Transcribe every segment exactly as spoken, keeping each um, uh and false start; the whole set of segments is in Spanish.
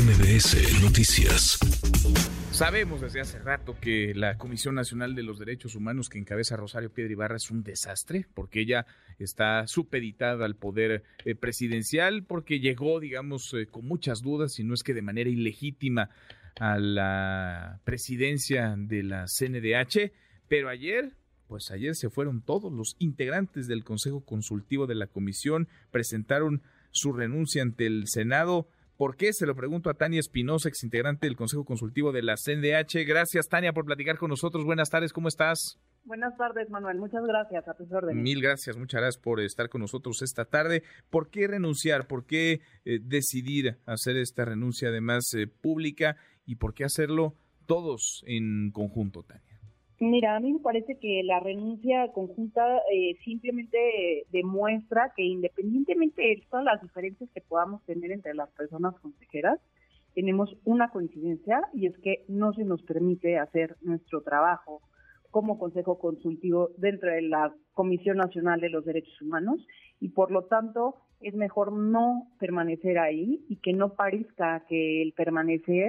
M B S Noticias. Sabemos desde hace rato que la Comisión Nacional de los Derechos Humanos que encabeza Rosario Piedra Ibarra es un desastre, porque ella está supeditada al poder eh, presidencial, porque llegó, digamos, eh, con muchas dudas, si no es que de manera ilegítima, a la presidencia de la C N D H, pero ayer, pues ayer se fueron todos los integrantes del Consejo Consultivo de la Comisión, presentaron su renuncia ante el Senado. ¿Por qué? Se lo pregunto a Tania Espinosa, exintegrante del Consejo Consultivo de la C N D H. Gracias, Tania, por platicar con nosotros. Buenas tardes, ¿cómo estás? Buenas tardes, Manuel. Muchas gracias, a tus órdenes. Mil gracias, muchas gracias por estar con nosotros esta tarde. ¿Por qué renunciar? ¿Por qué eh, decidir hacer esta renuncia además eh, pública? ¿Y por qué hacerlo todos en conjunto, Tania? Mira, a mí me parece que la renuncia conjunta eh, simplemente demuestra que independientemente de todas las diferencias que podamos tener entre las personas consejeras, tenemos una coincidencia y es que no se nos permite hacer nuestro trabajo como Consejo Consultivo dentro de la Comisión Nacional de los Derechos Humanos y por lo tanto es mejor no permanecer ahí y que no parezca que el permanecer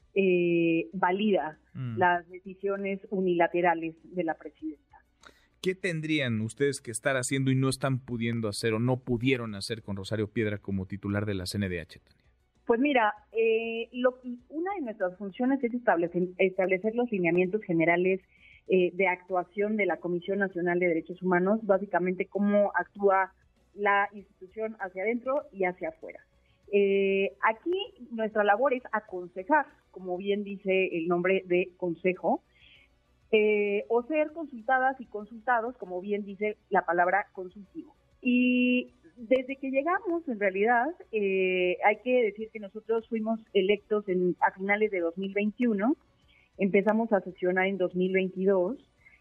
Eh, valida mm. las decisiones unilaterales de la presidenta. ¿Qué tendrían ustedes que estar haciendo y no están pudiendo hacer o no pudieron hacer con Rosario Piedra como titular de la C N D H, Tania? Pues mira, eh, lo, una de nuestras funciones es establecer, establecer los lineamientos generales eh, de actuación de la Comisión Nacional de Derechos Humanos, básicamente cómo actúa la institución hacia adentro y hacia afuera. Eh, aquí nuestra labor es aconsejar, como bien dice el nombre de consejo, eh, o ser consultadas y consultados, como bien dice la palabra consultivo. Y desde que llegamos, en realidad, eh, hay que decir que nosotros fuimos electos en, a finales de dos mil veintiuno, empezamos a sesionar en dos mil veintidós,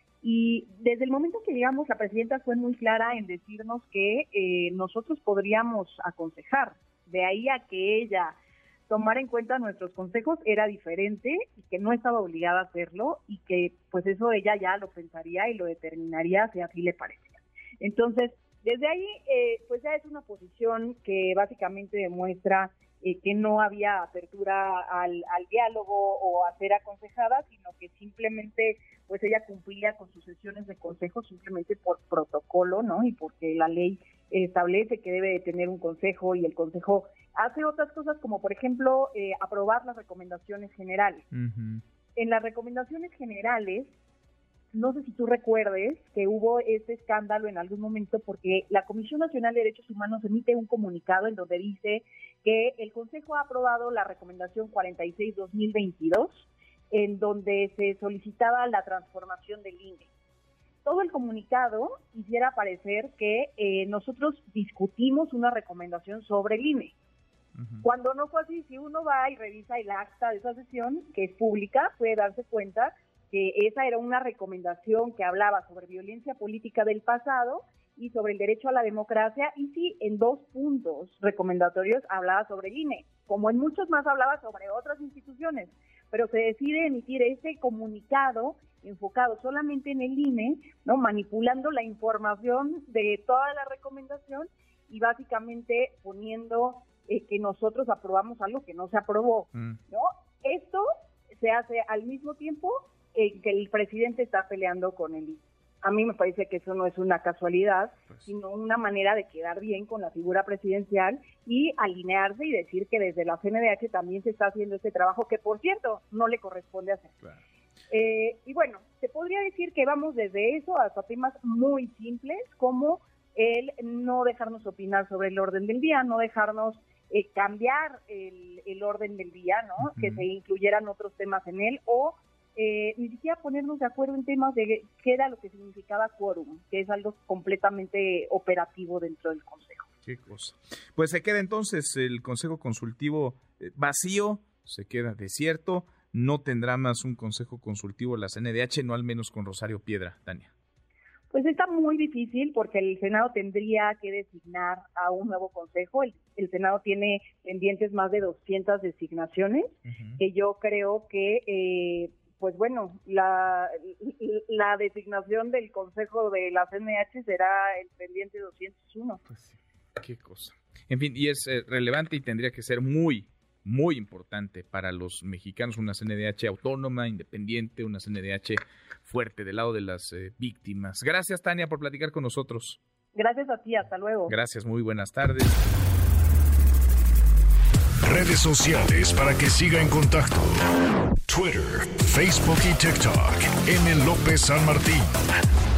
y desde el momento que llegamos, la presidenta fue muy clara en decirnos que eh, nosotros podríamos aconsejar. De ahí a que ella tomara en cuenta nuestros consejos era diferente y que no estaba obligada a hacerlo y que pues eso ella ya lo pensaría y lo determinaría si así le parecía. Entonces, desde ahí eh, pues ya es una posición que básicamente demuestra eh, que no había apertura al, al diálogo o a ser aconsejada, sino que simplemente pues ella cumplía con sus sesiones de consejo simplemente por protocolo, ¿no? Y porque la ley establece que debe de tener un consejo y el consejo hace otras cosas como, por ejemplo, eh, aprobar las recomendaciones generales. Uh-huh. En las recomendaciones generales, no sé si tú recuerdes que hubo este escándalo en algún momento porque la Comisión Nacional de Derechos Humanos emite un comunicado en donde dice que el Consejo ha aprobado la recomendación cuarenta y seis guión dos mil veintidós, en donde se solicitaba la transformación del I N E. Todo el comunicado hiciera parecer que eh, nosotros discutimos una recomendación sobre el I N E. Uh-huh. Cuando no fue así, si uno va y revisa el acta de esa sesión, que es pública, puede darse cuenta que esa era una recomendación que hablaba sobre violencia política del pasado y sobre el derecho a la democracia, y sí, en dos puntos recomendatorios hablaba sobre el I N E, como en muchos más hablaba sobre otras instituciones, pero se decide emitir este comunicado enfocado solamente en el I N E, ¿no? Manipulando la información de toda la recomendación y básicamente poniendo eh, que nosotros aprobamos algo que no se aprobó, mm. ¿no? Esto se hace al mismo tiempo eh, que el presidente está peleando con el I N E. A mí me parece que eso no es una casualidad, pues, sino una manera de quedar bien con la figura presidencial y alinearse y decir que desde la C N D H también se está haciendo este trabajo que, por cierto, no le corresponde hacer. Claro. Eh, y bueno, se podría decir que vamos desde eso hasta temas muy simples como el no dejarnos opinar sobre el orden del día, no dejarnos eh, cambiar el, el orden del día, ¿no? Uh-huh. Que se incluyeran otros temas en él o eh, ni siquiera ponernos de acuerdo en temas de qué era lo que significaba quórum, que es algo completamente operativo dentro del Consejo. Qué cosa. Pues se queda entonces el Consejo Consultivo vacío, se queda desierto. No tendrá más un consejo consultivo la C N D H, no al menos con Rosario Piedra, Tania. Pues está muy difícil porque el Senado tendría que designar a un nuevo consejo. El, el Senado tiene pendientes más de doscientas designaciones, uh-huh. que yo creo que, eh, pues bueno, la, la designación del consejo de la C N D H será el pendiente doscientos uno. Pues sí, qué cosa. En fin, y es eh, relevante y tendría que ser muy muy importante para los mexicanos, una C N D H autónoma, independiente, una C N D H fuerte del lado de las eh, víctimas. Gracias, Tania, por platicar con nosotros. Gracias a ti, hasta luego. Gracias, muy buenas tardes. Redes sociales para que siga en contacto: Twitter, Facebook y TikTok. M. López San Martín.